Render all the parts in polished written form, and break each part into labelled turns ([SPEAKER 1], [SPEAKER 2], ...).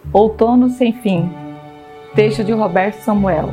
[SPEAKER 1] Outono sem fim. Texto de Roberto Samuel.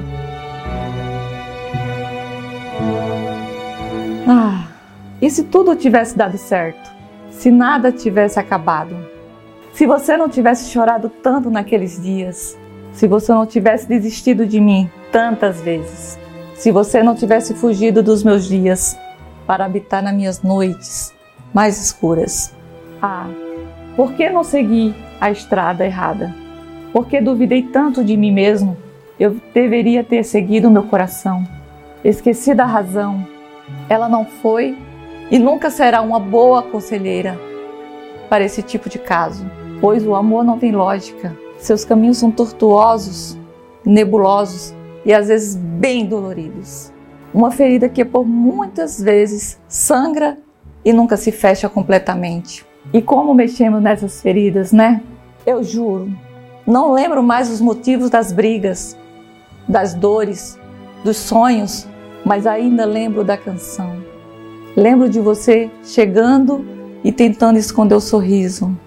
[SPEAKER 1] E se tudo tivesse dado certo? Se nada tivesse acabado? Se você não tivesse chorado tanto naqueles dias? Se você não tivesse desistido de mim tantas vezes? Se você não tivesse fugido dos meus dias para habitar nas minhas noites mais escuras? Por que não segui a estrada errada? Por que duvidei tanto de mim mesmo? Eu deveria ter seguido o meu coração. Esqueci da razão. Ela não foi e nunca será uma boa conselheira para esse tipo de caso, pois o amor não tem lógica. Seus caminhos são tortuosos, nebulosos e às vezes bem doloridos. Uma ferida que por muitas vezes sangra e nunca se fecha completamente. E como mexemos nessas feridas, né? Eu juro, não lembro mais os motivos das brigas, das dores, dos sonhos, mas ainda lembro da canção. Lembro de você chegando e tentando esconder o sorriso.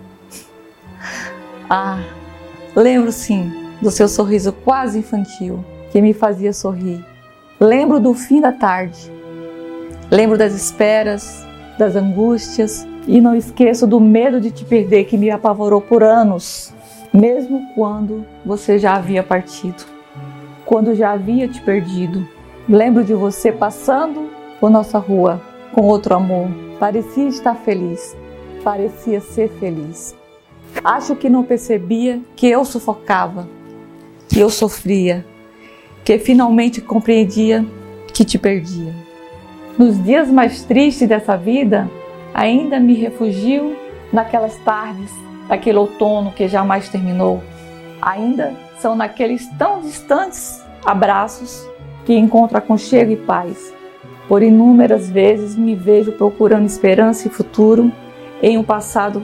[SPEAKER 1] Lembro sim do seu sorriso quase infantil que me fazia sorrir. Lembro do fim da tarde. Lembro das esperas, das angústias e não esqueço do medo de te perder que me apavorou por anos, mesmo quando você já havia partido, quando já havia te perdido. Lembro de você passando por nossa rua com outro amor. Parecia estar feliz, parecia ser feliz. Acho que não percebia que eu sufocava, que eu sofria, que finalmente compreendia que te perdia. Nos dias mais tristes dessa vida, ainda me refugio naquelas tardes, naquele outono que jamais terminou. Ainda são naqueles tão distantes abraços que encontro aconchego e paz. Por inúmeras vezes me vejo procurando esperança e futuro em um passado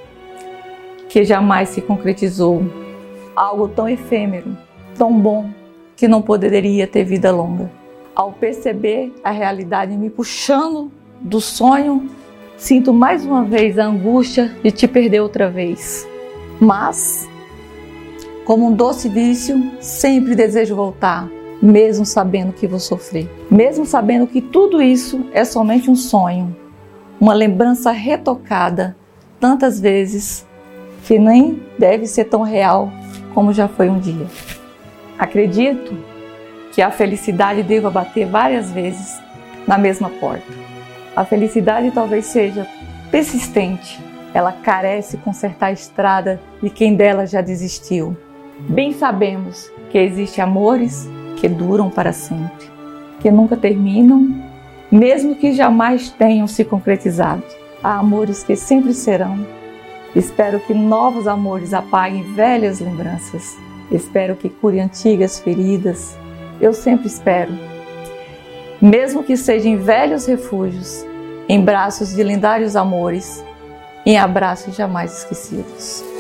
[SPEAKER 1] que jamais se concretizou. Algo tão efêmero, tão bom, que não poderia ter vida longa. Ao perceber a realidade me puxando do sonho, sinto mais uma vez a angústia de te perder outra vez. Mas, como um doce vício, sempre desejo voltar, mesmo sabendo que vou sofrer. Mesmo sabendo que tudo isso é somente um sonho, uma lembrança retocada tantas vezes que nem deve ser tão real como já foi um dia. Acredito que a felicidade deva bater várias vezes na mesma porta. A felicidade talvez seja persistente. Ela carece consertar a estrada de quem dela já desistiu. Bem sabemos que existem amores que duram para sempre, que nunca terminam, mesmo que jamais tenham se concretizado. Há amores que sempre serão. Espero que novos amores apaguem velhas lembranças. Espero que curem antigas feridas. Eu sempre espero. Mesmo que sejam em velhos refúgios, em braços de lendários amores, em abraços jamais esquecidos.